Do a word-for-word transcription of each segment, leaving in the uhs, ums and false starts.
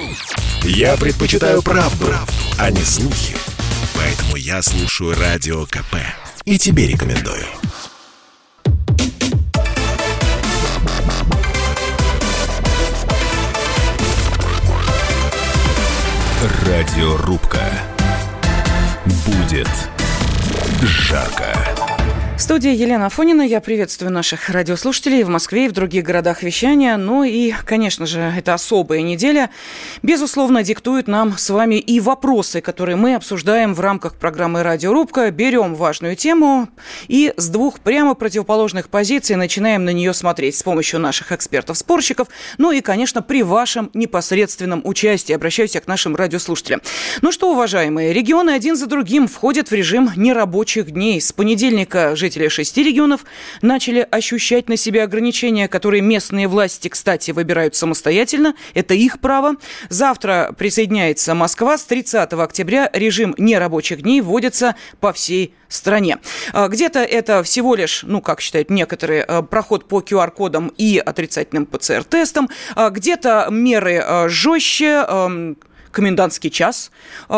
Я предпочитаю правду, правду, а не слухи. Поэтому я слушаю Радио КП. И тебе рекомендую. Радиорубка. Будет жарко. В студии Елена Афонина. Я приветствую наших радиослушателей в Москве и в других городах вещания. Ну и, конечно же, это особая неделя. Безусловно, диктует нам с вами и вопросы, которые мы обсуждаем в рамках программы «Радиорубка». Берем важную тему и с двух прямо противоположных позиций начинаем на нее смотреть с помощью наших экспертов-спорщиков. Ну и, конечно, при вашем непосредственном участии. Обращаюсь я к нашим радиослушателям. Ну что, уважаемые, регионы один за другим входят в режим нерабочих дней. С понедельника жители Жители шести регионов начали ощущать на себе ограничения, которые местные власти, кстати, выбирают самостоятельно. Это их право. Завтра присоединяется Москва. С тридцатого октября режим нерабочих дней вводится по всей стране. Где-то это всего лишь, ну, как считают некоторые, проход по ку ар кодам и отрицательным пэ цэ эр тестам. Где-то меры жестче, комендантский час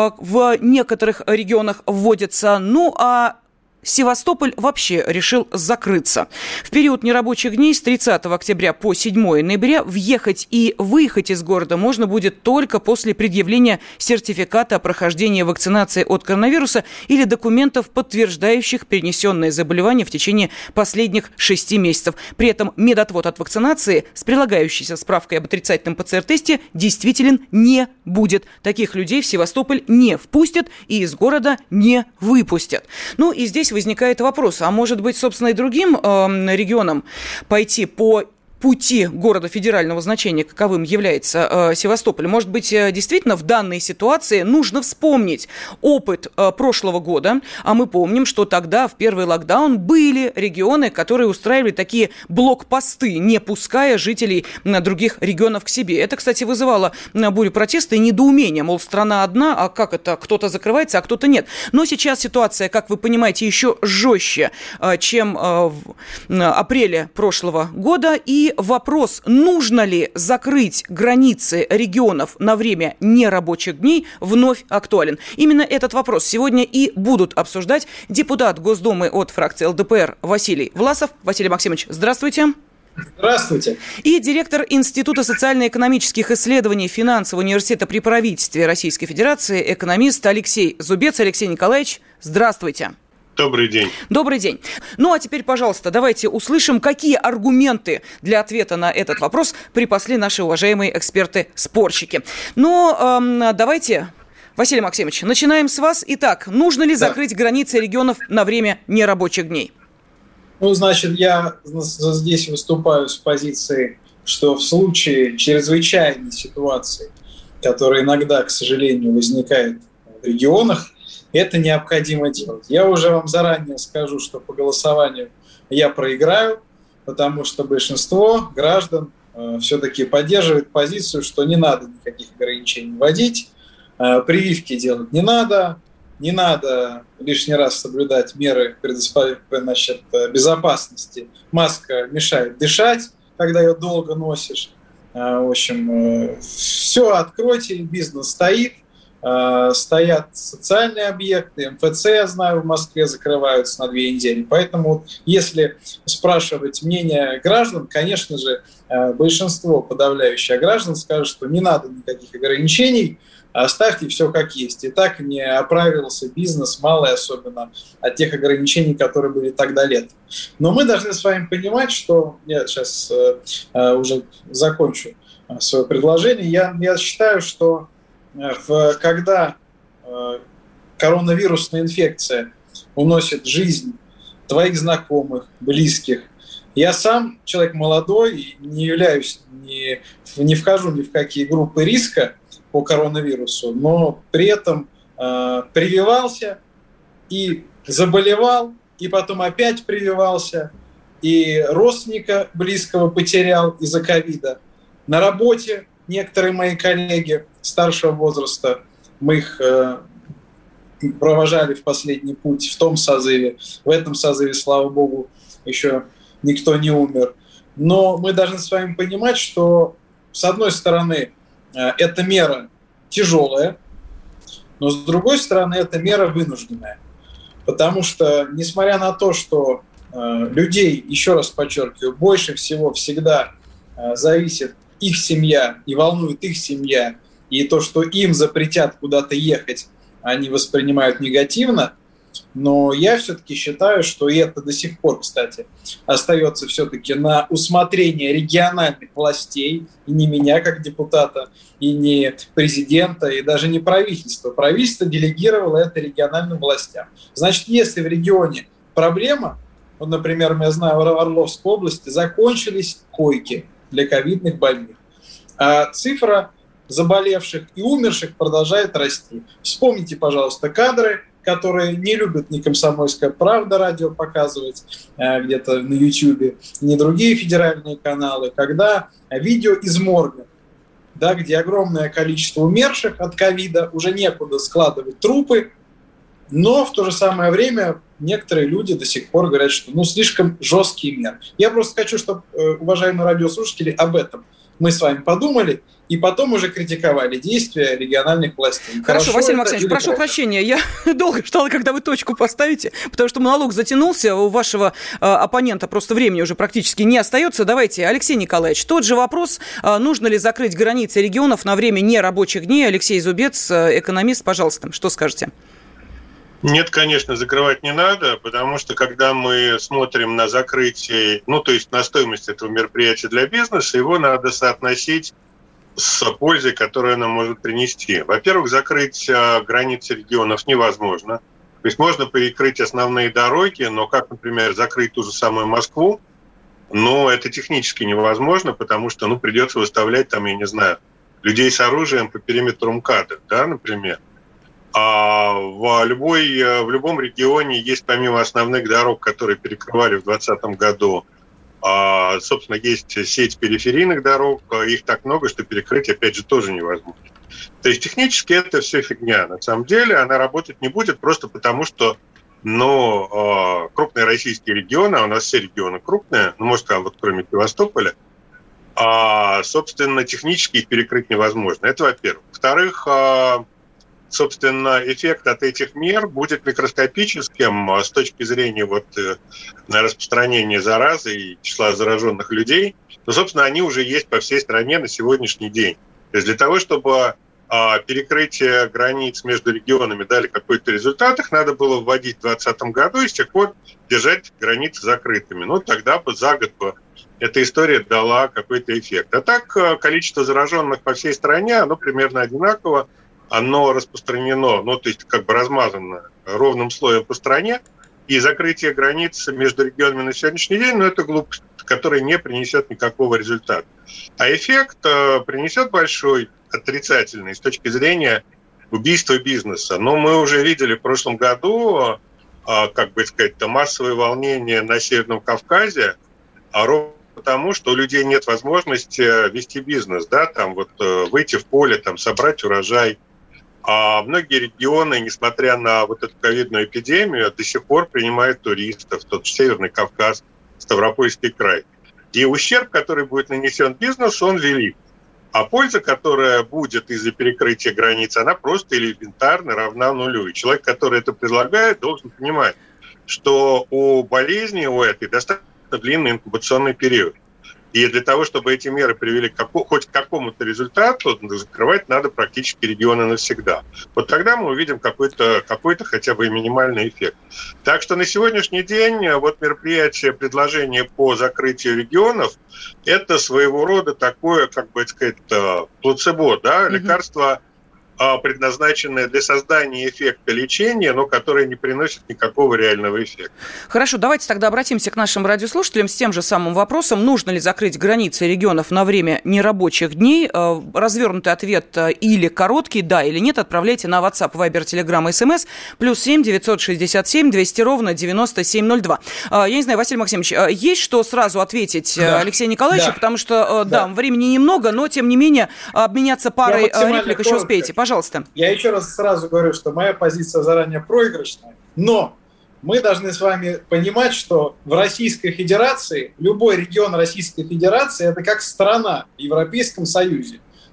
в некоторых регионах вводится. Ну, а Севастополь вообще решил закрыться. В период нерабочих дней с тридцатого октября по седьмого ноября въехать и выехать из города можно будет только после предъявления сертификата о прохождении вакцинации от коронавируса или документов, подтверждающих перенесенное заболевание в течение последних шести месяцев. При этом медотвод от вакцинации с прилагающейся справкой об отрицательном пэ цэ эр тесте действителен не будет. Таких людей в Севастополь не впустят и из города не выпустят. Ну и здесь возникает вопрос, а может быть, собственно, и другим э, регионам пойти по пути города федерального значения, каковым является э, Севастополь. Может быть, э, действительно в данной ситуации нужно вспомнить опыт э, прошлого года, а мы помним, что тогда в первый локдаун были регионы, которые устраивали такие блокпосты, не пуская жителей э, других регионов к себе. Это, кстати, вызывало э, бурю протеста и недоумения, мол, страна одна, а как это, кто-то закрывается, а кто-то нет. Но сейчас ситуация, как вы понимаете, еще жестче, э, чем э, в э, апреле прошлого года, и вопрос, нужно ли закрыть границы регионов на время нерабочих дней, вновь актуален. Именно этот вопрос сегодня и будут обсуждать депутат Госдумы от фракции эл дэ пэ эр Василий Власов. Василий Максимович, здравствуйте. Здравствуйте. И директор Института социально-экономических исследований Финансового университета при правительстве Российской Федерации, экономист Алексей Зубец. Алексей Николаевич, здравствуйте. Добрый день. Добрый день. Ну, а теперь, пожалуйста, давайте услышим, какие аргументы для ответа на этот вопрос припасли наши уважаемые эксперты-спорщики. Но эм, давайте, Василий Максимович, начинаем с вас. Итак, нужно ли закрыть да. границы регионов на время нерабочих дней? Ну, значит, я здесь выступаю с позиции, что в случае чрезвычайной ситуации, которая иногда, к сожалению, возникает в регионах, это необходимо делать. Я уже вам заранее скажу, что по голосованию я проиграю, потому что большинство граждан э, все-таки поддерживает позицию, что не надо никаких ограничений вводить, э, прививки делать не надо, не надо лишний раз соблюдать меры предоспо... значит, безопасности. Маска мешает дышать, когда ее долго носишь. Э, в общем, э, все откройте, бизнес стоит. Стоят социальные объекты, эм эф цэ, я знаю, в Москве закрываются на две недели. Поэтому, если спрашивать мнение граждан, конечно же, большинство подавляющее граждан скажет, что не надо никаких ограничений, оставьте все как есть. И так не оправился бизнес, малый особенно, от тех ограничений, которые были тогда летом. Но мы должны с вами понимать, что... Я сейчас уже закончу свое предложение. Я, я считаю, что когда э, коронавирусная инфекция уносит жизнь твоих знакомых, близких, я сам человек молодой и не являюсь, не, не вхожу ни в какие группы риска по коронавирусу, но при этом э, прививался и заболевал, и потом опять прививался, и родственника близкого потерял из-за ковида. На работе некоторые мои коллеги старшего возраста, мы их э, провожали в последний путь в том созыве. В этом созыве, слава богу, еще никто не умер. Но мы должны с вами понимать, что, с одной стороны, эта мера тяжелая, но, с другой стороны, эта мера вынужденная. Потому что, несмотря на то, что э, людей, еще раз подчеркиваю, больше всего всегда э, зависит их семья и волнует их семья, и то, что им запретят куда-то ехать, они воспринимают негативно, но я все-таки считаю, что и это до сих пор, кстати, остается все-таки на усмотрение региональных властей, и не меня как депутата, и не президента, и даже не правительства. Правительство делегировало это региональным властям. Значит, если в регионе проблема, вот, например, я знаю, в Орловской области закончились койки для ковидных больных, а цифра заболевших и умерших продолжает расти. Вспомните, пожалуйста, кадры, которые не любят ни «Комсомольская правда» радио показывать э, где-то на Ютьюбе, ни другие федеральные каналы, когда видео из морга, да, где огромное количество умерших от ковида, уже некуда складывать трупы, но в то же самое время некоторые люди до сих пор говорят, что ну, слишком жесткие меры. Я просто хочу, чтобы, э, уважаемые радиослушатели, об этом мы с вами подумали и потом уже критиковали действия региональных властей. Хорошо, Хорошо Василий Максимович, прошу правильно. прощения, я долго ждала, когда вы точку поставите, потому что монолог затянулся, у вашего э, оппонента просто времени уже практически не остается. Давайте, Алексей Николаевич, тот же вопрос, э, нужно ли закрыть границы регионов на время нерабочих дней. Алексей Зубец, э, экономист, пожалуйста, что скажете? Нет, конечно, закрывать не надо, потому что когда мы смотрим на закрытие, ну, то есть на стоимость этого мероприятия для бизнеса, его надо соотносить с пользой, которую она может принести. Во-первых, закрыть границы регионов невозможно. То есть можно перекрыть основные дороги, но как, например, закрыть ту же самую Москву, но это технически невозможно, потому что, ну, придется выставлять там, я не знаю, людей с оружием по периметру МКАДа, да, например. А в, любой, в любом регионе есть, помимо основных дорог, которые перекрывали в двадцатом году, а, собственно, есть сеть периферийных дорог, их так много, что перекрыть, опять же, тоже невозможно. То есть технически это все фигня. На самом деле она работать не будет просто потому, что ну, крупные российские регионы, а у нас все регионы крупные, ну, может, вот кроме Севастополя, а, собственно, технически их перекрыть невозможно. Это во-первых. Во-вторых, собственно, эффект от этих мер будет микроскопическим с точки зрения вот, распространения заразы и числа зараженных людей. Но, собственно, они уже есть по всей стране на сегодняшний день. То есть для того, чтобы а, перекрытие границ между регионами дали какой-то результат, их надо было вводить в двадцатом году и с тех пор держать границы закрытыми. Ну, тогда бы за год бы эта история дала какой-то эффект. А так количество зараженных по всей стране, оно примерно одинаково. Оно распространено, ну, то есть как бы размазано ровным слоем по стране, и закрытие границ между регионами на сегодняшний день, ну, это глупость, которая не принесет никакого результата. А эффект э, принесет большой, отрицательный, с точки зрения убийства бизнеса. Но мы уже видели в прошлом году, э, как бы сказать, массовые волнения на Северном Кавказе, а ровно потому, что у людей нет возможности вести бизнес, да, там вот э, выйти в поле, там собрать урожай. А многие регионы, несмотря на вот эту ковидную эпидемию, до сих пор принимают туристов, тот же Северный Кавказ, Ставропольский край. И ущерб, который будет нанесен бизнесу, он велик. А польза, которая будет из-за перекрытия границ, она просто элементарно равна нулю. И человек, который это предлагает, должен понимать, что у болезни, у этой, достаточно длинный инкубационный период. И для того, чтобы эти меры привели к какому, хоть к какому-то результату, закрывать надо практически регионы навсегда. Вот тогда мы увидим какой-то, какой-то хотя бы минимальный эффект. Так что на сегодняшний день вот мероприятие, предложение по закрытию регионов, это своего рода такое, как бы сказать, плацебо, да, mm-hmm. лекарство, предназначенное для создания эффекта лечения, но которое не приносит никакого реального эффекта. Хорошо, давайте тогда обратимся к нашим радиослушателям с тем же самым вопросом. Нужно ли закрыть границы регионов на время нерабочих дней? Развернутый ответ или короткий, да или нет, отправляйте на WhatsApp, Viber, Telegram, эс эм эс, плюс семь девятьсот шестьдесят семь двести ровно девяносто семь ноль два. Я не знаю, Василий Максимович, есть что сразу ответить да. Алексею Николаевичу, да. потому что, да, да, времени немного, но, тем не менее, обменяться парой реплик еще успеете. Пожалуйста. Я еще раз сразу говорю, что моя позиция заранее проигрышная, но мы должны с вами понимать, что в Российской Федерации, любой регион Российской Федерации – это как страна в Европейском Союзе.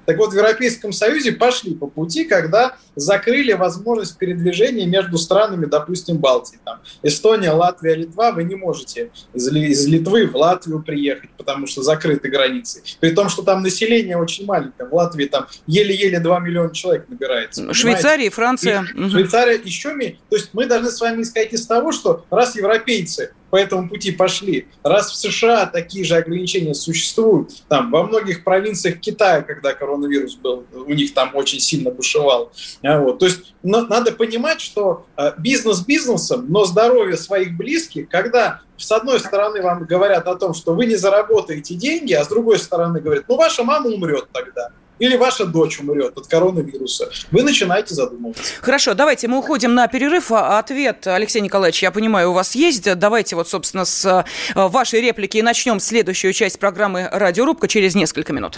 Так вот, в Европейском Союзе пошли по пути, когда закрыли возможность передвижения между странами, допустим, Балтии. Там, Эстония, Латвия, Литва, вы не можете из, из Литвы в Латвию приехать, потому что закрыты границы. При том, что там население очень маленькое. В Латвии там еле-еле два миллиона человек набирается. Швейцария, Франция. И Швейцария еще меньше. То есть мы должны с вами исходить из того, что раз европейцы по этому пути пошли, раз в США такие же ограничения существуют, там во многих провинциях Китая, когда коронавирус был, у них там очень сильно бушевал. Вот. То есть но, надо понимать, что э, бизнес бизнесом, но здоровье своих близких, когда с одной стороны вам говорят о том, что вы не заработаете деньги, а с другой стороны говорят, ну ваша мама умрет тогда. Или ваша дочь умрет от коронавируса, вы начинаете задумываться. Хорошо, давайте мы уходим на перерыв. Ответ, Алексей Николаевич, я понимаю, у вас есть. Давайте вот, собственно, с вашей реплики и начнем следующую часть программы «Радиорубка» через несколько минут.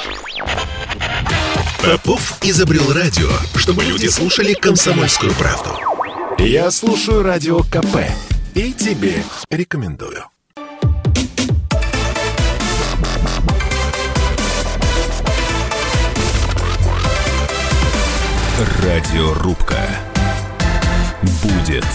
Попов изобрел радио, чтобы люди слушали «Комсомольскую правду». Я слушаю Радио КП и тебе рекомендую. Радиорубка. Будет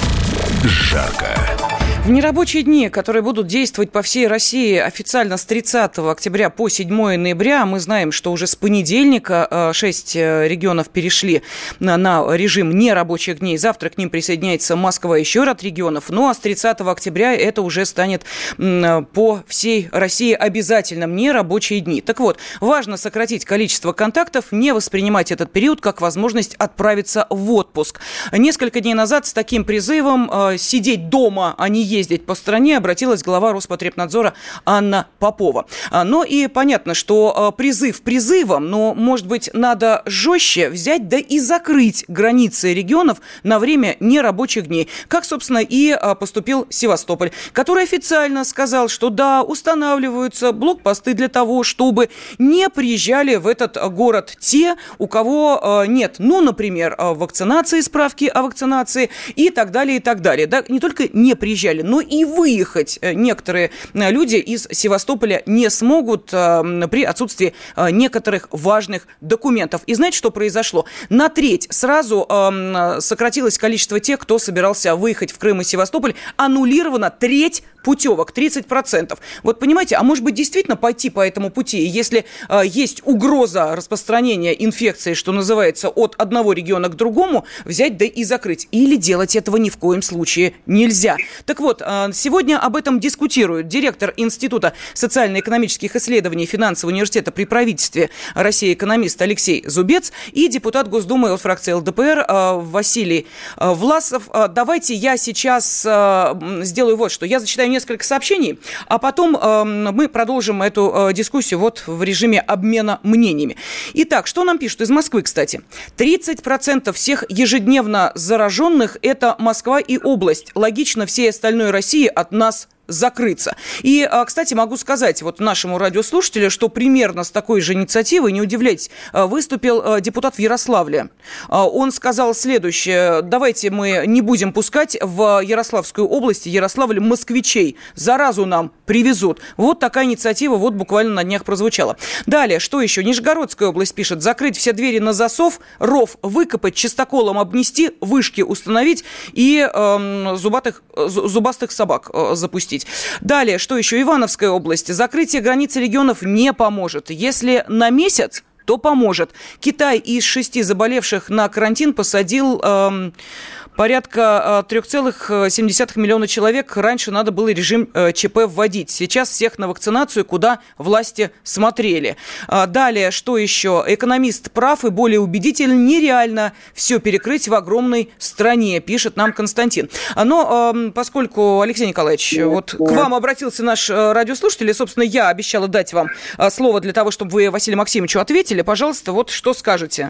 жарко. В нерабочие дни, которые будут действовать по всей России официально с тридцатого октября по седьмое ноября, мы знаем, что уже с понедельника шесть регионов перешли на, на режим нерабочих дней. Завтра к ним присоединяется Москва и еще ряд регионов. Ну а с тридцатого октября это уже станет по всей России обязательным нерабочие дни. Так вот, важно сократить количество контактов, не воспринимать этот период как возможность отправиться в отпуск. Несколько дней назад с таким призывом сидеть дома, а не ездить ездить по стране, обратилась глава Роспотребнадзора Анна Попова. Ну и понятно, что призыв призывом, но, может быть, надо жестче взять, да и закрыть границы регионов на время нерабочих дней. Как, собственно, и поступил Севастополь, который официально сказал, что да, устанавливаются блокпосты для того, чтобы не приезжали в этот город те, у кого нет, ну, например, вакцинации, справки о вакцинации и так далее, и так далее. Да, не только не приезжали, но и выехать некоторые люди из Севастополя не смогут при отсутствии некоторых важных документов. И знаете, что произошло? На треть сразу сократилось количество тех, кто собирался выехать в Крым и Севастополь. Аннулировано треть путевок, тридцать процентов. Вот понимаете, а может быть действительно пойти по этому пути? Если э, есть угроза распространения инфекции, что называется, от одного региона к другому, взять да и закрыть. Или делать этого ни в коем случае нельзя. Так вот, э, сегодня об этом дискутирует директор Института социально-экономических исследований финансового университета при правительстве России экономист Алексей Зубец и депутат Госдумы от фракции эл дэ пэ эр э, Василий э, Власов. Э, давайте я сейчас э, сделаю вот что. Я зачитаю несколько сообщений, а потом э, мы продолжим эту э, дискуссию вот в режиме обмена мнениями. Итак, что нам пишут из Москвы, кстати? тридцать процентов всех ежедневно зараженных – это Москва и область. Логично, всей остальной России от нас закрыться. И, кстати, могу сказать вот нашему радиослушателю, что примерно с такой же инициативой, не удивляйтесь, выступил депутат в Ярославле. Он сказал следующее: давайте мы не будем пускать в Ярославскую область, Ярославль, москвичей. Заразу нам привезут. Вот такая инициатива вот буквально на днях прозвучала. Далее, что еще? Нижегородская область пишет: закрыть все двери на засов, ров выкопать, чистоколом обнести, вышки установить и э, зубатых, зубастых собак э, запустить. Далее, что еще? Ивановская область. Закрытие границ регионов не поможет. Если на месяц, то поможет. Китай из шести заболевших на карантин посадил эм, порядка три целых семь десятых миллиона человек. Раньше надо было режим ЧП вводить. Сейчас всех на вакцинацию, куда власти смотрели. Далее, что еще? Экономист прав и более убедительно. Нереально все перекрыть в огромной стране, пишет нам Константин. Но поскольку, Алексей Николаевич, вот к вам обратился наш радиослушатель, и, собственно, я обещала дать вам слово для того, чтобы вы Василию Максимовичу ответили. Пожалуйста, вот что скажете?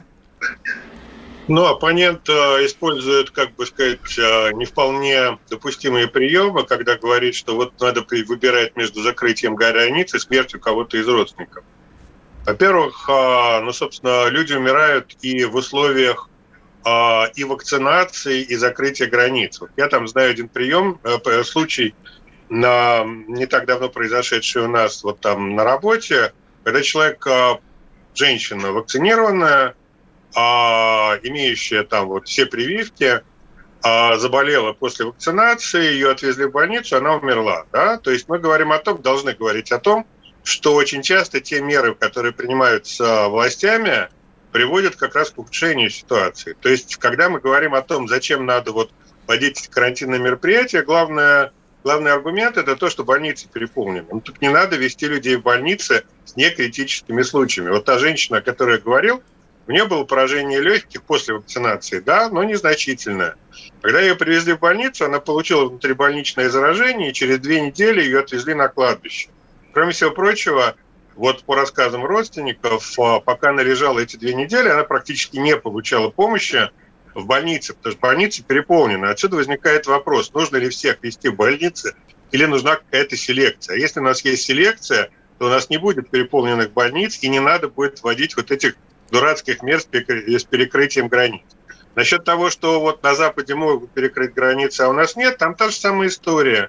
Ну, оппонент э, использует, как бы сказать, э, не вполне допустимые приемы, когда говорит, что вот надо выбирать между закрытием границ и смертью кого-то из родственников. Во-первых, э, ну, собственно, люди умирают и в условиях э, и вакцинации, и закрытия границ. Вот я там знаю один прием, э, случай, на, не так давно произошедший у нас вот там на работе, когда человек... Э, женщина вакцинированная, а, имеющая там вот все прививки, а, заболела после вакцинации, ее отвезли в больницу, она умерла. Да? То есть мы говорим о том, должны говорить о том, что очень часто те меры, которые принимаются властями, приводят как раз к ухудшению ситуации. То есть когда мы говорим о том, зачем надо вот вводить эти карантинные мероприятия, главное, главный аргумент – это то, что больницы переполнены. Ну, тут не надо вести людей в больницы с некритическими случаями. Вот та женщина, о которой я говорил, у нее было поражение легких после вакцинации, да, но незначительное. Когда ее привезли в больницу, она получила внутрибольничное заражение, и через две недели ее отвезли на кладбище. Кроме всего прочего, вот по рассказам родственников, пока она лежала эти две недели, она практически не получала помощи в больнице, потому что больницы переполнены. Отсюда возникает вопрос, нужно ли всех везти в больницы или нужна какая-то селекция. А если у нас есть селекция, то у нас не будет переполненных больниц и не надо будет вводить вот этих дурацких мер с перекрытием границ. Насчет того, что вот на Западе могут перекрыть границы, а у нас нет, там та же самая история.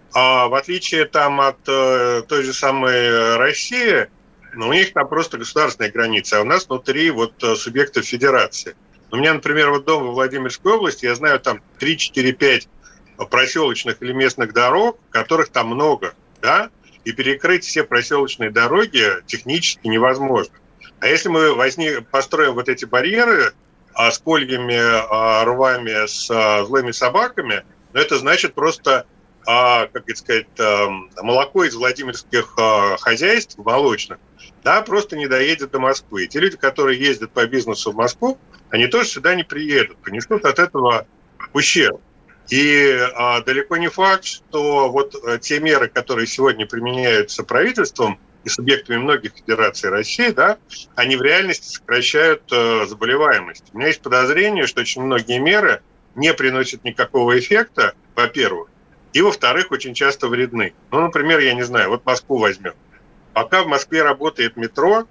А в отличие там от э, той же самой России, ну, у них там просто государственные границы, а у нас внутри вот субъектов федерации. У меня, например, вот дома в Владимирской области, я знаю там три, четыре, пять проселочных или местных дорог, которых там много, да, и перекрыть все проселочные дороги технически невозможно. А если мы возник, построим вот эти барьеры а, с кольями, а, рвами, с а, злыми собаками, ну, это значит просто, а, как это сказать, а, молоко из владимирских а, хозяйств молочных, да, просто не доедет до Москвы. И те люди, которые ездят по бизнесу в Москву, они тоже сюда не приедут, понесут от этого ущерб. И а, далеко не факт, что вот а, те меры, которые сегодня применяются правительством и субъектами многих федераций России, да, они в реальности сокращают а, заболеваемость. У меня есть подозрение, что очень многие меры не приносят никакого эффекта, во-первых, и, во-вторых, очень часто вредны. Ну, например, я не знаю, вот Москву возьмем. Пока в Москве работает метро,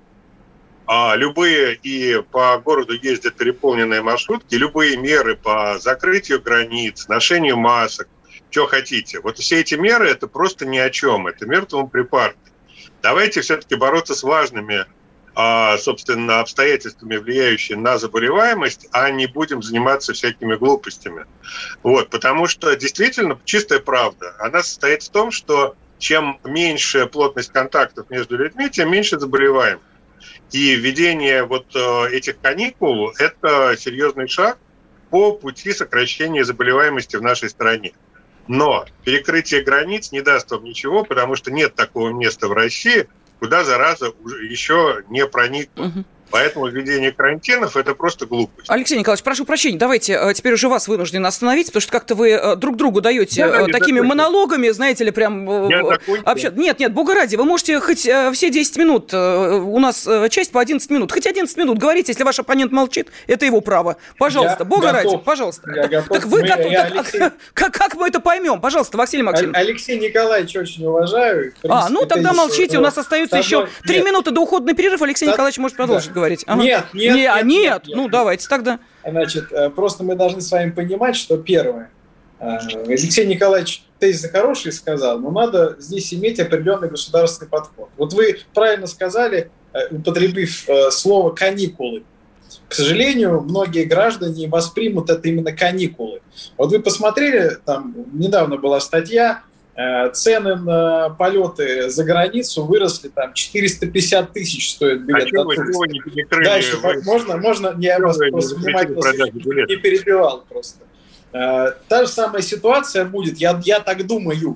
а любые и по городу ездят переполненные маршрутки, любые меры по закрытию границ, ношению масок, что хотите. Вот все эти меры – это просто ни о чем, это мертвому припарки. Давайте все-таки бороться с важными, собственно, обстоятельствами, влияющими на заболеваемость, а не будем заниматься всякими глупостями. Вот, потому что действительно чистая правда, она состоит в том, что чем меньше плотность контактов между людьми, тем меньше заболеваемость. И введение вот этих каникул – это серьезный шаг по пути сокращения заболеваемости в нашей стране. Но перекрытие границ не даст вам ничего, потому что нет такого места в России, куда зараза уже еще не проникла. Угу. Поэтому введение карантинов – это просто глупость. Алексей Николаевич, прошу прощения, давайте теперь уже вас вынуждены остановить, потому что как-то вы друг другу даете да, такими закончил. монологами, знаете ли, прям… Вообще, нет, нет, бога ради, вы можете хоть все десять минут, у нас часть по одиннадцать минут, хоть одиннадцать минут говорите, если ваш оппонент молчит, это его право. Пожалуйста, я бога готов, ради, пожалуйста. Так, так вы мы, готовы, так, Алексей... как, как мы это поймем? Пожалуйста, Василий Максимович. Алексей Николаевич очень уважаю. Принципе, а, ну тогда молчите, у нас остается еще три минуты до ухода на перерыв, Алексей Николаевич может продолжить говорить. Нет, нет. Нет, нет, нет, нет, ну давайте тогда. Значит, просто мы должны с вами понимать, что первое, Алексей Николаевич тезисы хорошие сказал, но надо здесь иметь определенный государственный подход. Вот вы правильно сказали, употребив слово «каникулы». К сожалению, многие граждане воспримут это именно каникулы. Вот вы посмотрели, там недавно была статья, цены на полеты за границу выросли, там четыреста пятьдесят тысяч стоит билет. А вы чего не перекрыли? Дальше, вы... можно, можно, я вас просто внимательно не перебивал просто. Та же самая ситуация будет, я, я так думаю,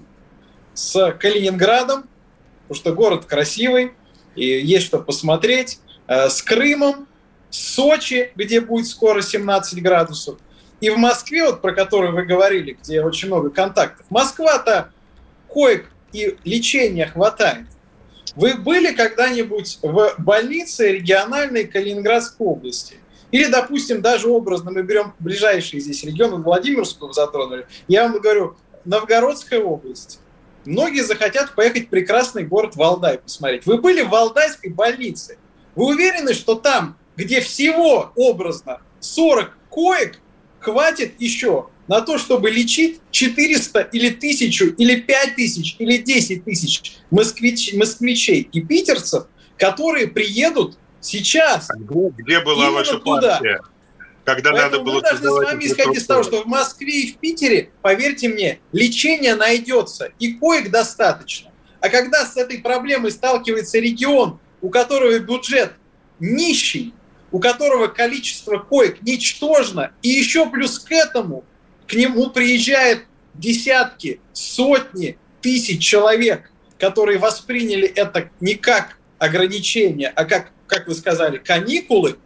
с Калининградом, потому что город красивый, и есть что посмотреть, с Крымом, с Сочи, где будет скоро семнадцать градусов, и в Москве, вот про которую вы говорили, где очень много контактов. Москва-то коек и лечения хватает. Вы были когда-нибудь в больнице региональной Калининградской области? Или, допустим, даже образно мы берем ближайший здесь регион, Владимирскую затронули. Я вам говорю, Новгородская область. Многие захотят поехать в прекрасный город Валдай посмотреть. Вы были в Валдайской больнице. Вы уверены, что там, где всего образно сорок коек, хватит еще на то, чтобы лечить четыреста или тысячу, или пять тысяч, или десять тысяч москвич, москвичей и питерцев, которые приедут Сейчас. А где, где была ваша туда. партия? Когда Поэтому надо было мы должны с вами исходить из того, что в Москве и в Питере, поверьте мне, лечение найдется и коек достаточно. А когда с этой проблемой сталкивается регион, у которого бюджет нищий, у которого количество коек ничтожно, и еще плюс к этому к нему приезжают десятки, сотни тысяч человек, которые восприняли это не как ограничение, а как, как вы сказали, каникулы,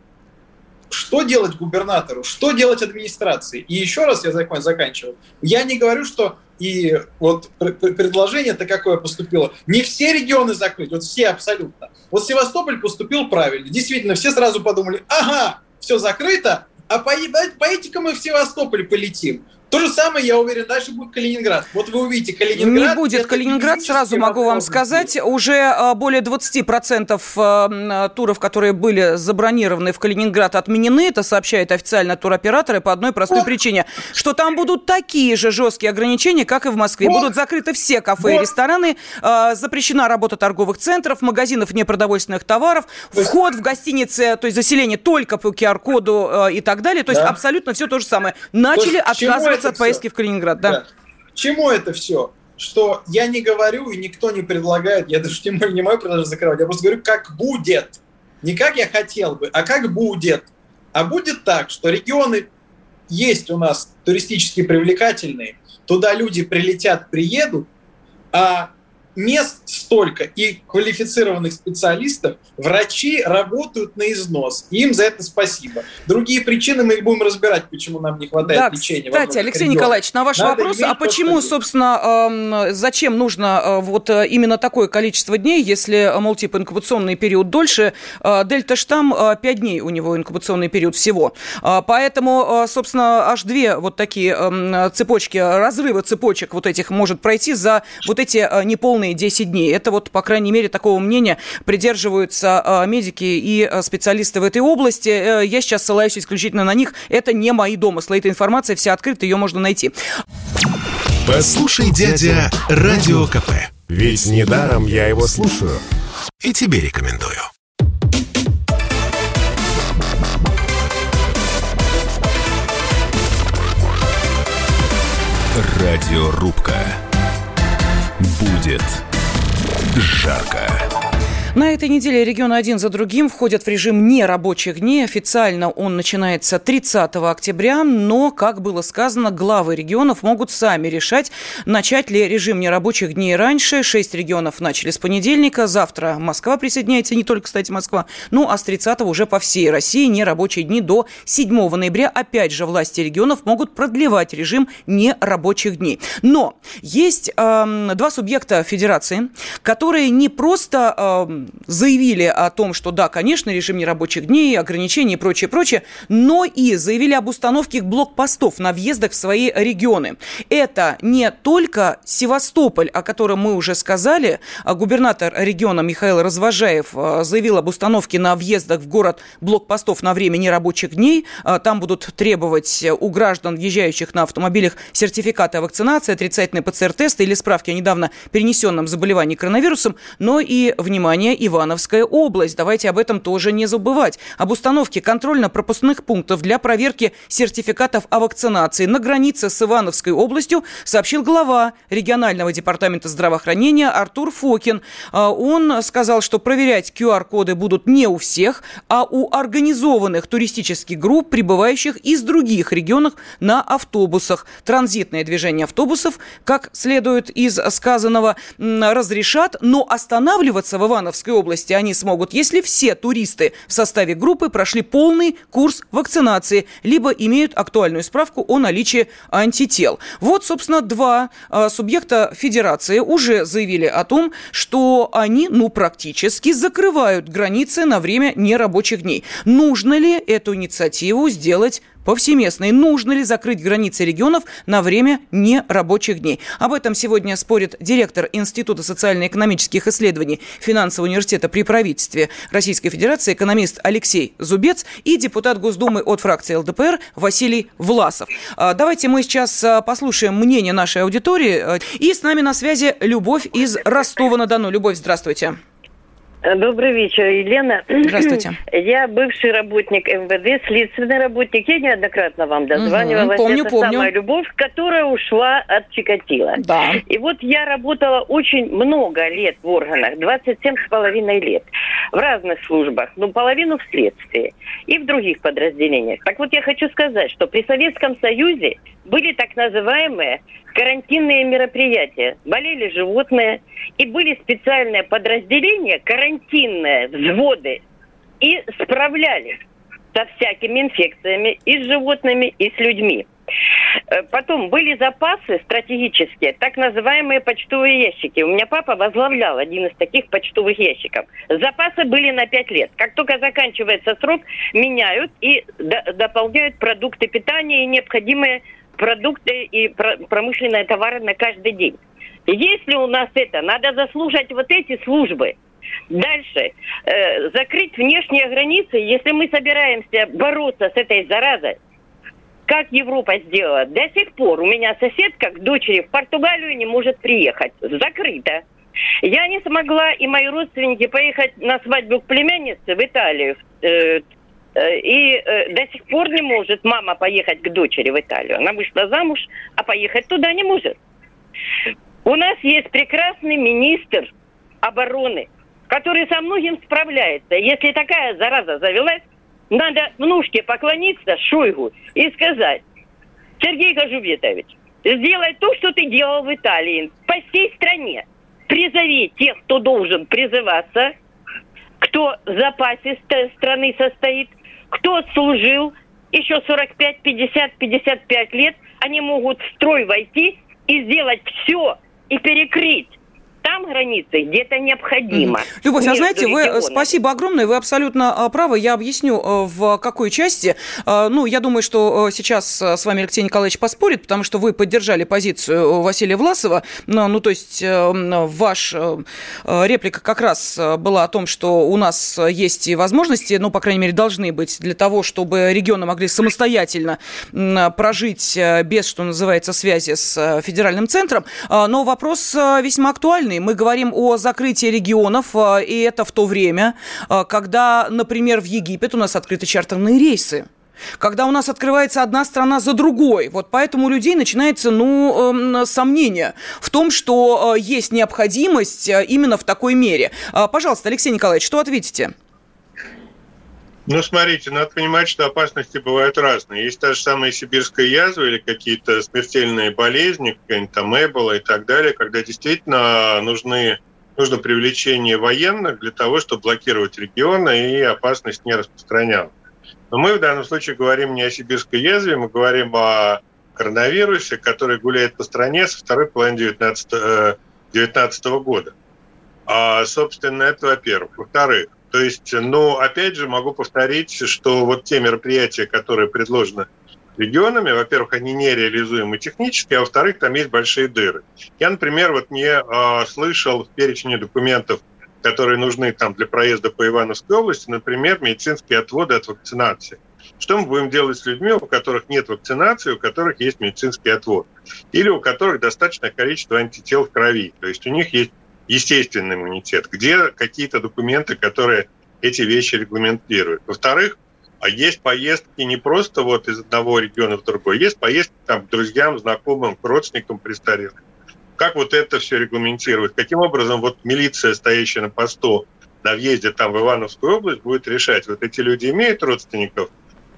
что делать губернатору, что делать администрации? И еще раз я заканчиваю. Я не говорю, что и вот предложение-то какое поступило. Не все регионы закрыть, вот все абсолютно. Вот Севастополь поступил правильно. Действительно, все сразу подумали, ага, все закрыто, а поедем-ка мы в Севастополь полетим. То же самое, я уверен, дальше будет Калининград. Вот вы увидите Калининград. Не будет Калининград, сразу могу вам сказать. Уже более двадцать процентов туров, которые были забронированы в Калининград, отменены. Это сообщают официально туроператоры по одной простой вот. причине. Что там будут такие же жесткие ограничения, как и в Москве. Вот. Будут закрыты все кафе вот. и рестораны. Запрещена работа торговых центров, магазинов непродовольственных товаров. Вход в гостиницы, то есть заселение только по ку ар коду и так далее. То есть да. абсолютно все то же самое. Начали отказываться от поездки в Калининград, да? да. Чему это все? Что я не говорю, и никто не предлагает, я даже не мою, не мою предложение закрывать, я просто говорю, как будет. Не как я хотел бы, а как будет. А будет так, что регионы есть у нас туристически привлекательные, туда люди прилетят, приедут, а мест столько и квалифицированных специалистов, врачи работают на износ. Им за это спасибо. Другие причины мы их будем разбирать, почему нам не хватает да, лечения. Кстати, Алексей регионов. Николаевич, на ваш Надо вопрос, а почему, собственно, э, зачем нужно э, вот именно такое количество дней, если, мол, типа инкубационный период дольше, э, дельта-штамм э, пять дней у него инкубационный период всего. Э, поэтому, э, собственно, аж две вот такие э, цепочки, разрывы цепочек вот этих может пройти за вот эти э, неполные десять дней. Это вот, по крайней мере, такого мнения придерживаются э, медики и э, специалисты в этой области. Э, я сейчас ссылаюсь исключительно на них. Это не мои домыслы. Эта информация вся открыта, ее можно найти. Послушай, дядя, Радио КП. Ведь недаром я его слушаю. И тебе рекомендую. Радиорубка. Будет жарко. На этой неделе регионы один за другим входят в режим нерабочих дней. Официально он начинается тридцатого октября, но, как было сказано, главы регионов могут сами решать, начать ли режим нерабочих дней раньше. Шесть регионов начали с понедельника. Завтра Москва присоединяется, не только, кстати, Москва. Ну, а с тридцатого уже по всей России нерабочие дни до седьмого ноября. Опять же, власти регионов могут продлевать режим нерабочих дней. Но есть э, два субъекта федерации, которые не просто... Э, заявили о том, что да, конечно, режим нерабочих дней, ограничения и прочее, прочее, но и заявили об установке блокпостов на въездах в свои регионы. Это не только Севастополь, о котором мы уже сказали. Губернатор региона Михаил Развожаев заявил об установке на въездах в город блокпостов на время нерабочих дней. Там будут требовать у граждан, въезжающих на автомобилях, сертификаты о вакцинации, отрицательные ПЦР-тесты или справки о недавно перенесенном заболевании коронавирусом, но и, внимание, Ивановская область. Давайте об этом тоже не забывать. Об установке контрольно-пропускных пунктов для проверки сертификатов о вакцинации на границе с Ивановской областью сообщил глава регионального департамента здравоохранения Артур Фокин. Он сказал, что проверять ку ар коды будут не у всех, а у организованных туристических групп, прибывающих из других регионов на автобусах. Транзитное движение автобусов, как следует из сказанного, разрешат, но останавливаться в Ивановской области они смогут, если все туристы в составе группы прошли полный курс вакцинации, либо имеют актуальную справку о наличии антител. Вот, собственно, два а, субъекта федерации уже заявили о том, что они, ну, практически закрывают границы на время нерабочих дней. Нужно ли эту инициативу сделать повсеместной? Нужно ли закрыть границы регионов на время нерабочих дней? Об этом сегодня спорит директор Института социально-экономических исследований Финансового университета при правительстве Российской Федерации, экономист Алексей Зубец и депутат Госдумы от фракции эл дэ пэ эр Василий Власов. Давайте мы сейчас послушаем мнение нашей аудитории. И с нами на связи Любовь из Ростова-на-Дону. Любовь, здравствуйте. Добрый вечер, Елена. Здравствуйте. Я бывший работник эм вэ дэ, следственный работник. Я неоднократно вам дозванивалась. Угу, помню, Это помню. самая любовь, которая ушла от Чикатило. Да. И вот я работала очень много лет в органах, двадцать семь с половиной лет, в разных службах, ну, половину в следствии и в других подразделениях. Так вот, я хочу сказать, что при Советском Союзе были так называемые карантинные мероприятия. Болели животные, и были специальные подразделения, карантинные взводы, и справлялись со всякими инфекциями и с животными, и с людьми. Потом были запасы стратегические, так называемые почтовые ящики. У меня папа возглавлял один из таких почтовых ящиков. Запасы были на пять лет. Как только заканчивается срок, меняют и до- дополняют продукты питания и необходимые продукты и промышленные товары на каждый день. Если у нас это, надо заслужить вот эти службы. Дальше, э, закрыть внешние границы, если мы собираемся бороться с этой заразой, как Европа сделала. До сих пор у меня соседка к дочери в Португалию не может приехать. Закрыто. Я не смогла и мои родственники поехать на свадьбу к племяннице в Италию. Э, э, и э, до сих пор не может мама поехать к дочери в Италию. Она вышла замуж, а поехать туда не может. У нас есть прекрасный министр обороны, который со многим справляется. Если такая зараза завелась, надо внучке поклониться Шойгу и сказать: Сергей Кожугетович, сделай то, что ты делал в Италии, по всей стране. Призови тех, кто должен призываться, кто в запасе страны состоит, кто служил еще сорок пять, пятьдесят, пятьдесят пять лет, они могут в строй войти и сделать все, и перекрыть там границы где-то необходимо. Mm-hmm. Любовь, а знаете, вы, спасибо огромное, вы абсолютно правы. Я объясню, в какой части. Ну, я думаю, что сейчас с вами Алексей Николаевич поспорит, потому что вы поддержали позицию Василия Власова. Ну, то есть, ваша реплика как раз была о том, что у нас есть и возможности, ну, по крайней мере, должны быть для того, чтобы регионы могли самостоятельно прожить без, что называется, связи с федеральным центром. Но вопрос весьма актуальный. Мы говорим о закрытии регионов, и это в то время, когда, например, в Египет у нас открыты чартерные рейсы. Когда у нас открывается одна страна за другой. Вот поэтому у людей начинается, ну, сомнение в том, что есть необходимость именно в такой мере. Пожалуйста, Алексей Николаевич, что ответите? Ну, смотрите, надо понимать, что опасности бывают разные. Есть та же самая сибирская язва или какие-то смертельные болезни, какая-нибудь там эбола и так далее, когда действительно нужны, нужно привлечение военных для того, чтобы блокировать регионы и опасность не распространялась. Но мы в данном случае говорим не о сибирской язве, мы говорим о коронавирусе, который гуляет по стране со второй половины девятнадцатого года. А, собственно, это во-первых. Во-вторых, то есть, ну, опять же, могу повторить, что вот те мероприятия, которые предложены регионами, во-первых, они нереализуемы технически, а во-вторых, там есть большие дыры. Я, например, вот не э, слышал в перечне документов, которые нужны там для проезда по Ивановской области, например, медицинские отводы от вакцинации. Что мы будем делать с людьми, у которых нет вакцинации, у которых есть медицинский отвод? Или у которых достаточное количество антител в крови, то есть у них есть естественный иммунитет, где какие-то документы, которые эти вещи регламентируют. Во-вторых, есть поездки не просто вот из одного региона в другой, есть поездки там, к друзьям, знакомым, к родственникам престарелых. Как вот это все регламентировать? Каким образом вот милиция, стоящая на посту на въезде там в Ивановскую область, будет решать, вот эти люди имеют родственников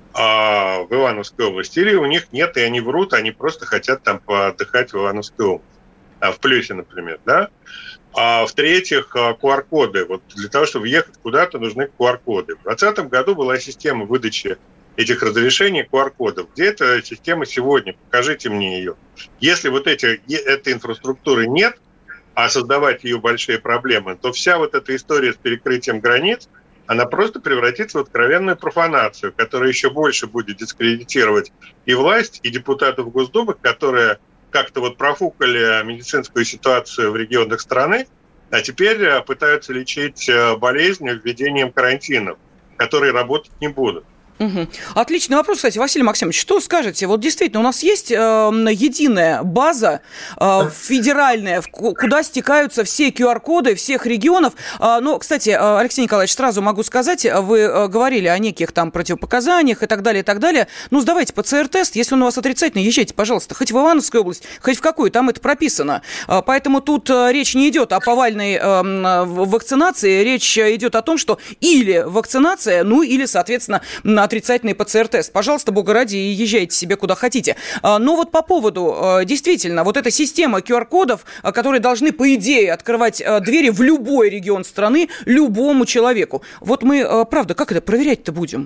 а, в Ивановской области, или у них нет, и они врут, они просто хотят там поотдыхать в Ивановской области, а в Плесе, например, да? А в-третьих, ку ар коды. Вот для того, чтобы ехать куда-то, нужны ку ар коды. В двадцатом году была система выдачи этих разрешений ку ар кодов. Где эта система сегодня? Покажите мне ее. Если вот эти, этой инфраструктуры нет, а создавать ее большие проблемы, то вся вот эта история с перекрытием границ, она просто превратится в откровенную профанацию, которая еще больше будет дискредитировать и власть, и депутатов Госдумы, которые как-то вот профукали медицинскую ситуацию в регионах страны, а теперь пытаются лечить болезнь введением карантинов, которые работать не будут. Угу. Отличный вопрос, кстати, Василий Максимович. Что скажете? Вот действительно, у нас есть э, единая база э, федеральная, куда стекаются все ку ар коды всех регионов. Э, но, кстати, Алексей Николаевич, сразу могу сказать, вы э, говорили о неких там противопоказаниях и так далее, и так далее. Ну, сдавайте пэ цэ эр-тест. Если он у вас отрицательный, езжайте, пожалуйста, хоть в Ивановскую область, хоть в какую, там это прописано. Э, поэтому тут э, речь не идет о повальной э, вакцинации, речь идет о том, что или вакцинация, ну, или, соответственно, отрицательный пэ цэ эр-тест. Пожалуйста, бога ради, и езжайте себе куда хотите. Но вот по поводу, действительно, вот эта система ку ар кодов, которые должны, по идее, открывать двери в любой регион страны любому человеку. Вот мы, правда, как это проверять-то будем?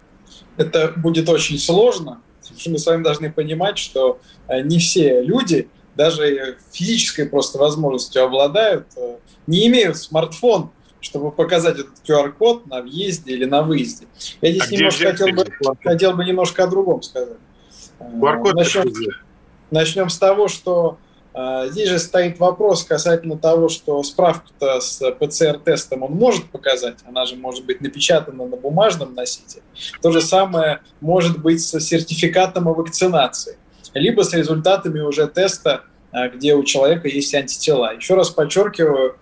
Это будет очень сложно. Мы с вами должны понимать, что не все люди, даже физической просто возможностью обладают, не имеют смартфон, чтобы показать этот ку ар код на въезде или на выезде. Я здесь а немножко хотел бы, хотел бы немножко о другом сказать. Начнем, начнем с того, что э, здесь же стоит вопрос касательно того, что справку-то с пэ цэ эр-тестом он может показать, она же может быть напечатана на бумажном носителе. То же самое может быть с сертификатом о вакцинации, либо с результатами уже теста, э, где у человека есть антитела. Еще раз подчеркиваю,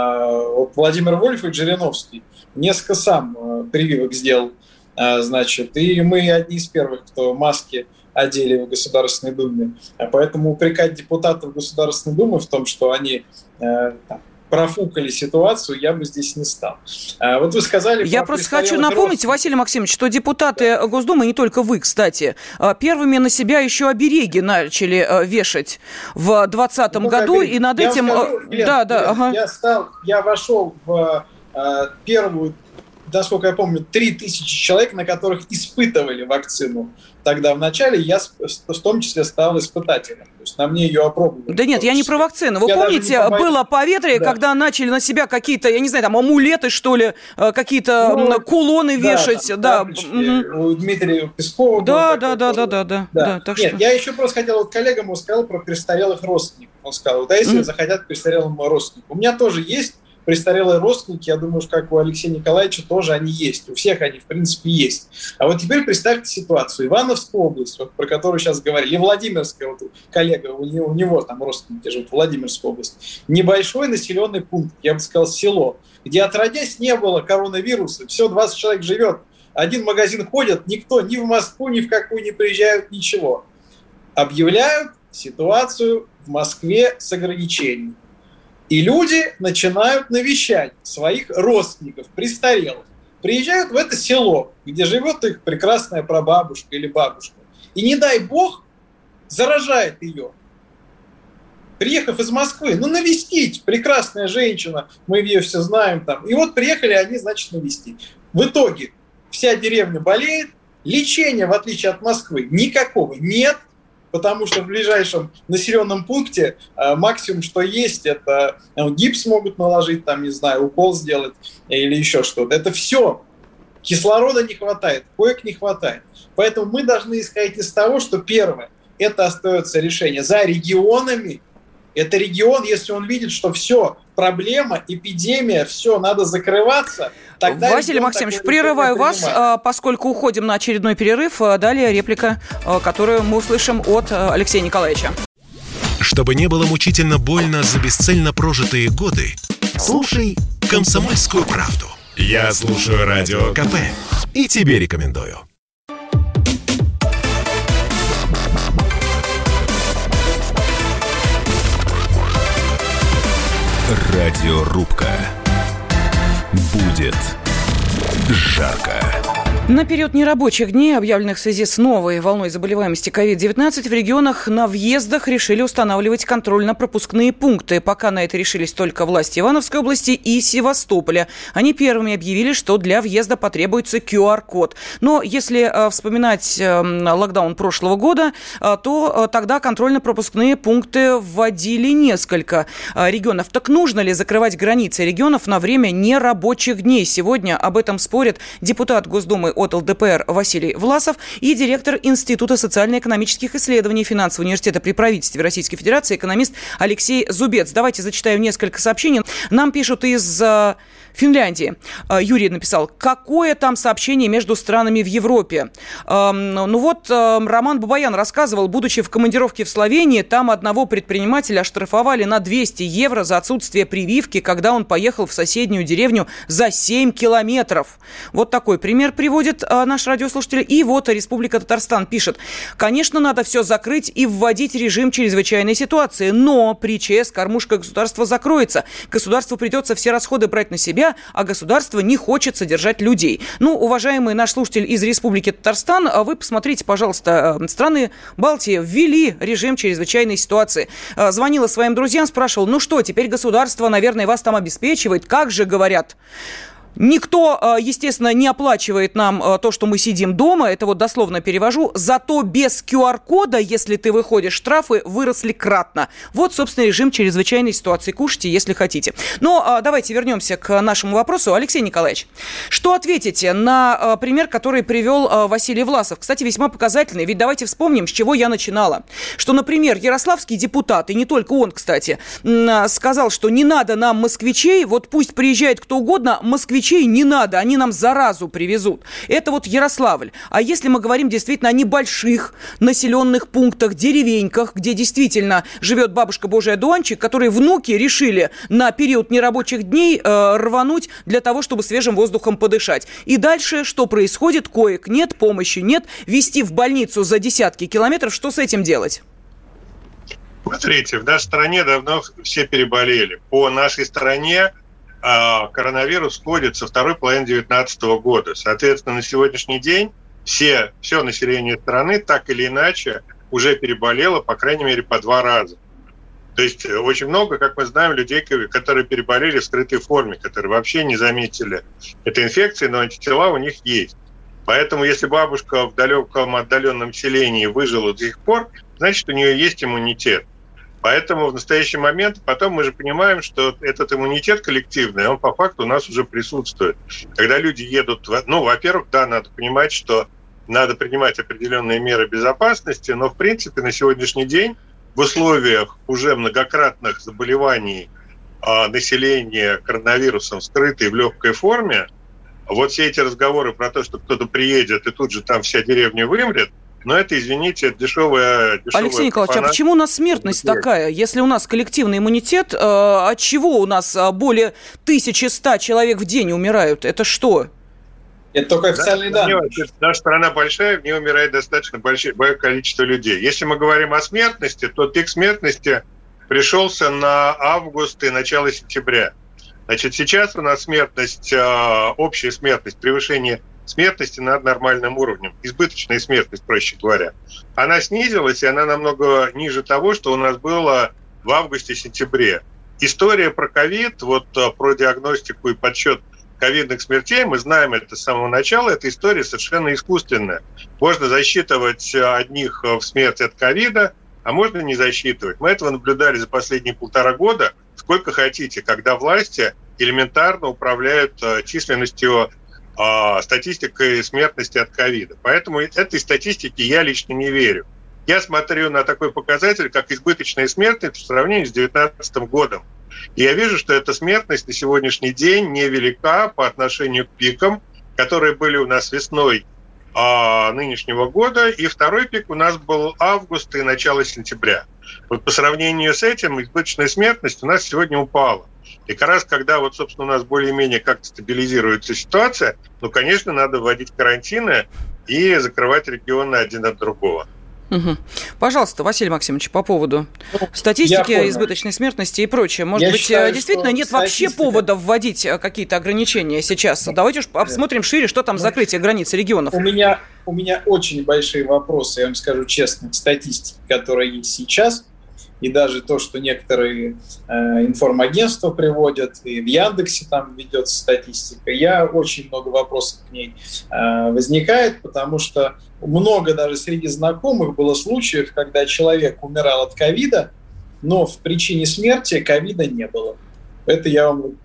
вот Владимир Вольфович Жириновский несколько сам прививок сделал, значит, и мы одни из первых, кто маски одели в Государственной Думе. Поэтому упрекать депутатов Государственной Думы в том, что они там профукали ситуацию, я бы здесь не стал. А вот вы сказали... Я просто хочу напомнить, Василий Максимович, что депутаты да. Госдумы, не только вы, кстати, первыми на себя еще обереги начали вешать в двадцатом ну, году, и над я этим... Скажу, Лен, да, да, Лен, ага. я, стал, я вошел в а, первую, насколько я помню, три тысячи человек, на которых испытывали вакцину. Тогда в начале я в том числе стал испытателем. То есть на мне ее опробовали. Да нет, я не про вакцину. Вы я помните, было поветрие, да. когда начали на себя какие-то, я не знаю, там амулеты, что ли, какие-то ну, кулоны да, вешать. Там, да. Угу. У Дмитрия Пескова. Да, да, да, да, да, да, да. да. Так нет, что... я еще просто хотел, вот коллегам сказал про престарелых родственников. Он сказал, да, если mm. захотят престарелому родственнику. У меня тоже есть престарелые родственники, я думаю, как у Алексея Николаевича тоже они есть. У всех они, в принципе, есть. А вот теперь представьте ситуацию. Ивановская область, вот, про которую сейчас говорили, и Владимирская, вот, коллега, у него, у него там родственники живут, Владимирская область. Небольшой населенный пункт, я бы сказал, село, где отродясь не было коронавируса, все, двадцать человек живет, один магазин ходит, никто ни в Москву, ни в какую не приезжают, ничего. Объявляют ситуацию в Москве с ограничениями. И люди начинают навещать своих родственников, престарелых. Приезжают в это село, где живет их прекрасная прабабушка или бабушка. И не дай бог заражает ее. Приехав из Москвы, ну навестить, прекрасная женщина, мы ее все знаем там. И вот приехали они, значит, навестить. В итоге вся деревня болеет, лечения, в отличие от Москвы, никакого нет. Потому что в ближайшем населенном пункте э, максимум, что есть, это э, гипс могут наложить, там, не знаю, укол сделать или еще что-то. Это все. Кислорода не хватает, коек не хватает. Поэтому мы должны исходить из того, что первое, это остается решение за регионами. Это регион, если он видит, что все, проблема, эпидемия, все, надо закрываться. Тогда Василий Максимович, прерываю вас, принимает. Поскольку уходим на очередной перерыв. Далее реплика, которую мы услышим от Алексея Николаевича. Чтобы не было мучительно больно за бесцельно прожитые годы, слушай «Комсомольскую правду». Я слушаю Радио ка пэ и тебе рекомендую. Радиорубка. Будет жарко. На период нерабочих дней, объявленных в связи с новой волной заболеваемости ковид девятнадцать, в регионах на въездах решили устанавливать контрольно-пропускные пункты. Пока на это решились только власти Ивановской области и Севастополя. Они первыми объявили, что для въезда потребуется ку ар код. Но если э, вспоминать э, локдаун прошлого года, э, то э, тогда контрольно-пропускные пункты вводили несколько э, регионов. Так нужно ли закрывать границы регионов на время нерабочих дней? Сегодня об этом спорят депутат Госдумы от эл дэ пэ эр Василий Власов и директор Института социально-экономических исследований Финансового университета при правительстве Российской Федерации, экономист Алексей Зубец. Давайте зачитаю несколько сообщений. Нам пишут из Финляндии. Юрий написал, какое там сообщение между странами в Европе? Ну вот, Роман Бабаян рассказывал, будучи в командировке в Словении, там одного предпринимателя оштрафовали на двести евро за отсутствие прививки, когда он поехал в соседнюю деревню за семь километров. Вот такой пример приводит наш радиослушатель. И вот Республика Татарстан пишет, конечно, надо все закрыть и вводить режим чрезвычайной ситуации, но при ЧС кормушка государства закроется. Государству придется все расходы брать на себя, а государство не хочет содержать людей. Ну, уважаемый наш слушатель из Республики Татарстан, вы посмотрите, пожалуйста, страны Балтии ввели режим чрезвычайной ситуации. Звонила своим друзьям, спрашивал, ну что, теперь государство, наверное, вас там обеспечивает? Как же, говорят? Никто, естественно, не оплачивает нам то, что мы сидим дома, это вот дословно перевожу, зато без ку ар кода, если ты выходишь, штрафы выросли кратно. Вот, собственно, режим чрезвычайной ситуации. Кушайте, если хотите. Но давайте вернемся к нашему вопросу. Алексей Николаевич, что ответите на пример, который привел Василий Власов? Кстати, весьма показательный, ведь давайте вспомним, с чего я начинала. Что, например, ярославский депутат, и не только он, кстати, сказал, что не надо нам москвичей, вот пусть приезжает кто угодно, москвичей не надо, они нам заразу привезут. Это вот Ярославль. А если мы говорим действительно о небольших населенных пунктах, деревеньках, где действительно живет бабушка Божий одуванчик, которые внуки решили на период нерабочих дней э, рвануть для того, чтобы свежим воздухом подышать. И дальше что происходит? Коек нет, помощи нет, везти в больницу за десятки километров. Что с этим делать? Смотрите, в нашей стране давно все переболели. По нашей стране коронавирус ходит со второй половины две тысячи девятнадцатого года. Соответственно, на сегодняшний день все, все население страны так или иначе уже переболело, по крайней мере, по два раза. То есть очень много, как мы знаем, людей, которые переболели в скрытой форме, которые вообще не заметили этой инфекции, но антитела у них есть. Поэтому если бабушка в далеком отдаленном селении выжила до сих пор, значит, у нее есть иммунитет. Поэтому в настоящий момент, потом мы же понимаем, что этот иммунитет коллективный, он по факту у нас уже присутствует. Когда люди едут, ну, во-первых, да, надо понимать, что надо принимать определенные меры безопасности, но, в принципе, на сегодняшний день в условиях уже многократных заболеваний а, населения коронавирусом скрытой в легкой форме, вот все эти разговоры про то, что кто-то приедет и тут же там вся деревня вымрет, но это, извините, это дешевая... дешевая Алексей Николаевич, пропана... а почему у нас смертность такая? Если у нас коллективный иммунитет, э, от чего у нас более тысячи ста человек в день умирают? Это что? Это только официальные да, данные. Наша страна большая, в ней умирает достаточно большое количество людей. Если мы говорим о смертности, то пик смертности пришелся на август и начало сентября. Значит, сейчас у нас смертность, э, общая смертность, превышение смертности над нормальным уровнем, избыточная смертность, проще говоря, она снизилась, и она намного ниже того, что у нас было в августе-сентябре. История про ковид, вот про диагностику и подсчет ковидных смертей, мы знаем это с самого начала, эта история совершенно искусственная. Можно засчитывать одних в смерть от ковида, а можно не засчитывать. Мы этого наблюдали за последние полтора года, сколько хотите, когда власти элементарно управляют численностью, статистикой смертности от ковида. Поэтому этой статистике я лично не верю. Я смотрю на такой показатель, как избыточная смертность в сравнении с две тысячи девятнадцатым годом. И я вижу, что эта смертность на сегодняшний день невелика по отношению к пикам, которые были у нас весной а, нынешнего года. И второй пик у нас был август и начало сентября. Вот по сравнению с этим избыточная смертность у нас сегодня упала. И как раз когда вот, собственно, у нас более-менее как-то стабилизируется ситуация, ну, конечно, надо вводить карантины и закрывать регионы один от другого. Угу. Пожалуйста, Василий Максимович, по поводу статистики, избыточной смертности и прочее. Может Я быть, считаю, действительно нет статистика... вообще повода вводить какие-то ограничения сейчас? Давайте уж посмотрим шире, что там закрытие границ регионов. У меня, у меня очень большие вопросы, я вам скажу честно, к статистике, которая есть сейчас. И даже то, что некоторые э, информагентства приводят, и в Яндексе там ведется статистика, я очень много вопросов к ней э, возникает, потому что много даже среди знакомых было случаев, когда человек умирал от ковида, но в причине смерти ковида не было. Это я вам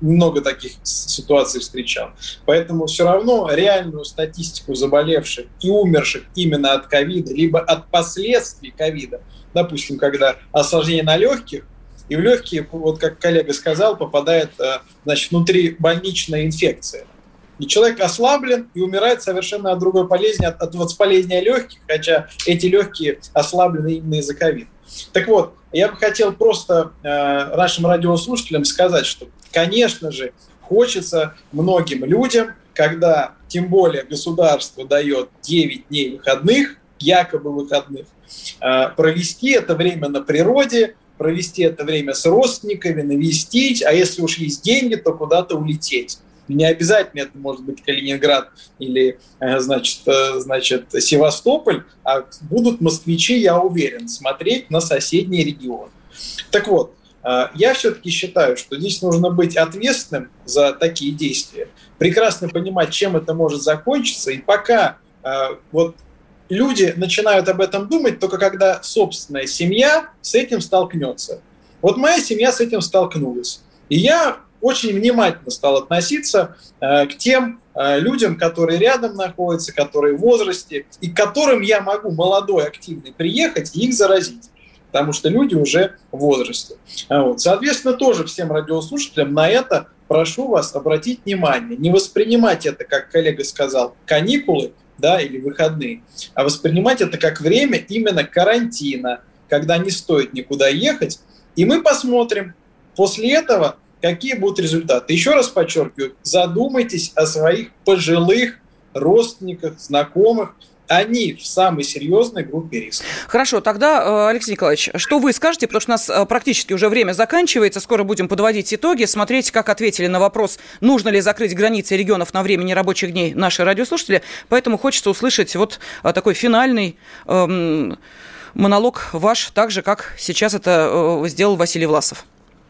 много таких ситуаций встречал. Поэтому все равно реальную статистику заболевших и умерших именно от ковида, либо от последствий ковида, допустим, когда осложнение на легких, и в легкие, вот как коллега сказал, попадает, значит, внутрибольничная инфекция. И человек ослаблен и умирает совершенно от другой болезни, от, от воспаления легких, хотя эти легкие ослаблены именно из-за ковида. Так вот, я бы хотел просто э, нашим радиослушателям сказать, что, конечно же, хочется многим людям, когда, тем более, государство дает девять дней выходных, якобы выходных, э, провести это время на природе, провести это время с родственниками, навестить, а если уж есть деньги, то куда-то улететь. Не обязательно это может быть Калининград или, значит, значит, Севастополь, а будут москвичи, я уверен, смотреть на соседние регионы. Так вот, я все-таки считаю, что здесь нужно быть ответственным за такие действия, прекрасно понимать, чем это может закончиться, и пока вот люди начинают об этом думать только когда собственная семья с этим столкнется. Вот моя семья с этим столкнулась. И я очень внимательно стал относиться э, к тем э, людям, которые рядом находятся, которые в возрасте, и к которым я могу, молодой, активный, приехать и их заразить. Потому что люди уже в возрасте. Вот. Соответственно, тоже всем радиослушателям на это прошу вас обратить внимание. Не воспринимать это, как коллега сказал, каникулы, да, или выходные, а воспринимать это как время именно карантина, когда не стоит никуда ехать. И мы посмотрим после этого, какие будут результаты. Еще раз подчеркиваю, задумайтесь о своих пожилых родственниках, знакомых. Они в самой серьезной группе риска. Хорошо, тогда, Алексей Николаевич, что вы скажете, потому что у нас практически уже время заканчивается, скоро будем подводить итоги, смотреть, как ответили на вопрос, нужно ли закрыть границы регионов на время нерабочих дней наши радиослушатели, поэтому хочется услышать вот такой финальный эм, монолог ваш, так же, как сейчас это э, сделал Василий Власов.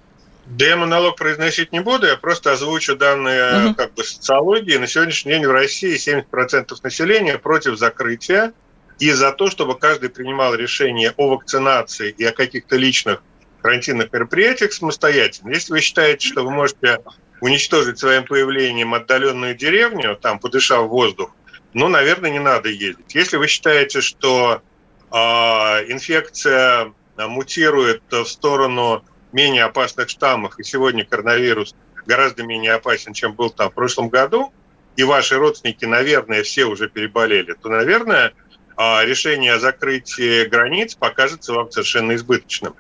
Да я монолог произносить не буду, я просто озвучу данные угу. как бы социологии. На сегодняшний день в России семьдесят процентов населения против закрытия и за то, чтобы каждый принимал решение о вакцинации и о каких-то личных карантинных мероприятиях самостоятельно. Если вы считаете, что вы можете уничтожить своим появлением отдаленную деревню, там, подышав воздух, ну, наверное, не надо ездить. Если вы считаете, что э, инфекция мутирует в сторону менее опасных штаммов, и сегодня коронавирус гораздо менее опасен, чем был там в прошлом году, и ваши родственники, наверное, все уже переболели, то, наверное, решение о закрытии границ покажется вам совершенно избыточным.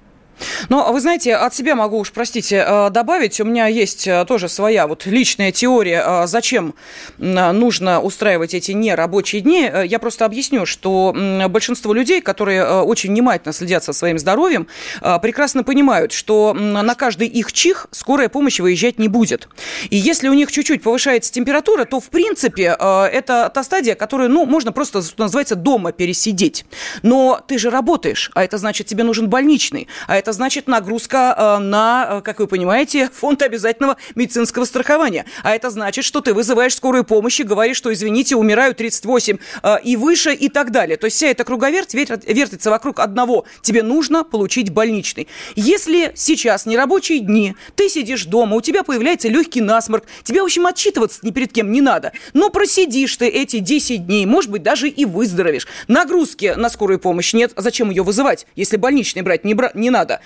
Ну, вы знаете, от себя могу уж, простите, добавить. У меня есть тоже своя вот личная теория, зачем нужно устраивать эти нерабочие дни. Я просто объясню, что большинство людей, которые очень внимательно следят за своим здоровьем, прекрасно понимают, что на каждый их чих скорая помощь выезжать не будет. И если у них чуть-чуть повышается температура, то, в принципе, это та стадия, которую, ну, можно просто, что называется, дома пересидеть. Но ты же работаешь, а это значит, тебе нужен больничный, а это Это значит нагрузка на, как вы понимаете, фонд обязательного медицинского страхования. А это значит, что ты вызываешь скорую помощь и говоришь, что, извините, умираю тридцать восемь и выше и так далее. То есть вся эта круговерть вертится вокруг одного. Тебе нужно получить больничный. Если сейчас нерабочие дни, ты сидишь дома, у тебя появляется легкий насморк, тебе, в общем, отчитываться ни перед кем не надо. Но просидишь ты эти десять дней, может быть, даже и выздоровеешь. Нагрузки на скорую помощь нет. Зачем ее вызывать, если больничный брать не, бра- не надо?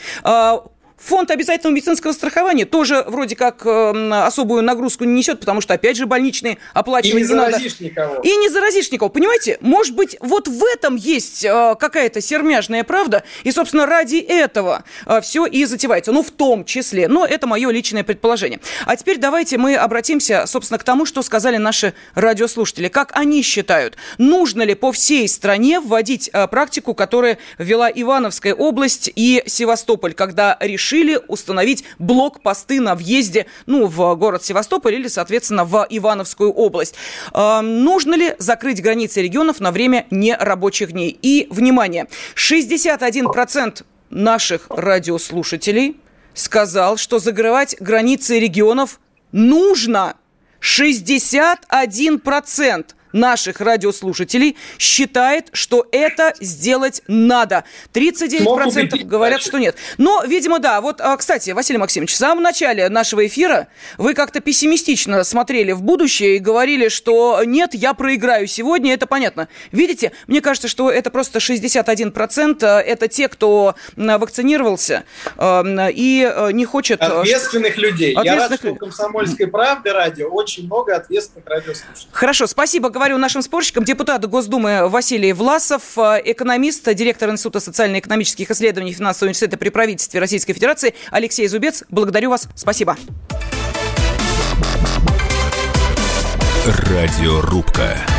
Фонд обязательного медицинского страхования тоже вроде как э, особую нагрузку не несет, потому что, опять же, больничные оплачивать не, не надо. И не заразишь никого. И не заразишь никого, понимаете? Может быть, вот в этом есть э, какая-то сермяжная правда, и, собственно, ради этого э, все и затевается. Ну, в том числе. Но это мое личное предположение. А теперь давайте мы обратимся, собственно, к тому, что сказали наши радиослушатели. Как они считают, нужно ли по всей стране вводить э, практику, которую ввела Ивановская область и Севастополь, когда решили решили установить блокпосты на въезде, ну, в город Севастополь или, соответственно, в Ивановскую область. Э, нужно ли закрыть границы регионов на время нерабочих дней? И, внимание, шестьдесят один процент наших радиослушателей сказал, что закрывать границы регионов нужно. шестьдесят один процент наших радиослушателей считает, что это сделать надо. тридцать девять процентов говорят, что нет. Но, видимо, да. Вот, кстати, Василий Максимович, в самом начале нашего эфира вы как-то пессимистично смотрели в будущее и говорили, что нет, я проиграю сегодня, это понятно. Видите, мне кажется, что это просто шестьдесят один процент. Это те, кто вакцинировался и не хочет... Ответственных людей. Ответственных... Я рад, что в «Комсомольской правде» радио очень много ответственных радиослушателей. Хорошо, спасибо. Говорю нашим спорщикам. Депутат Госдумы Василий Власов, экономист, директор Института социально-экономических исследований Финансового университета при правительстве Российской Федерации Алексей Зубец. Благодарю вас. Спасибо. Радиорубка.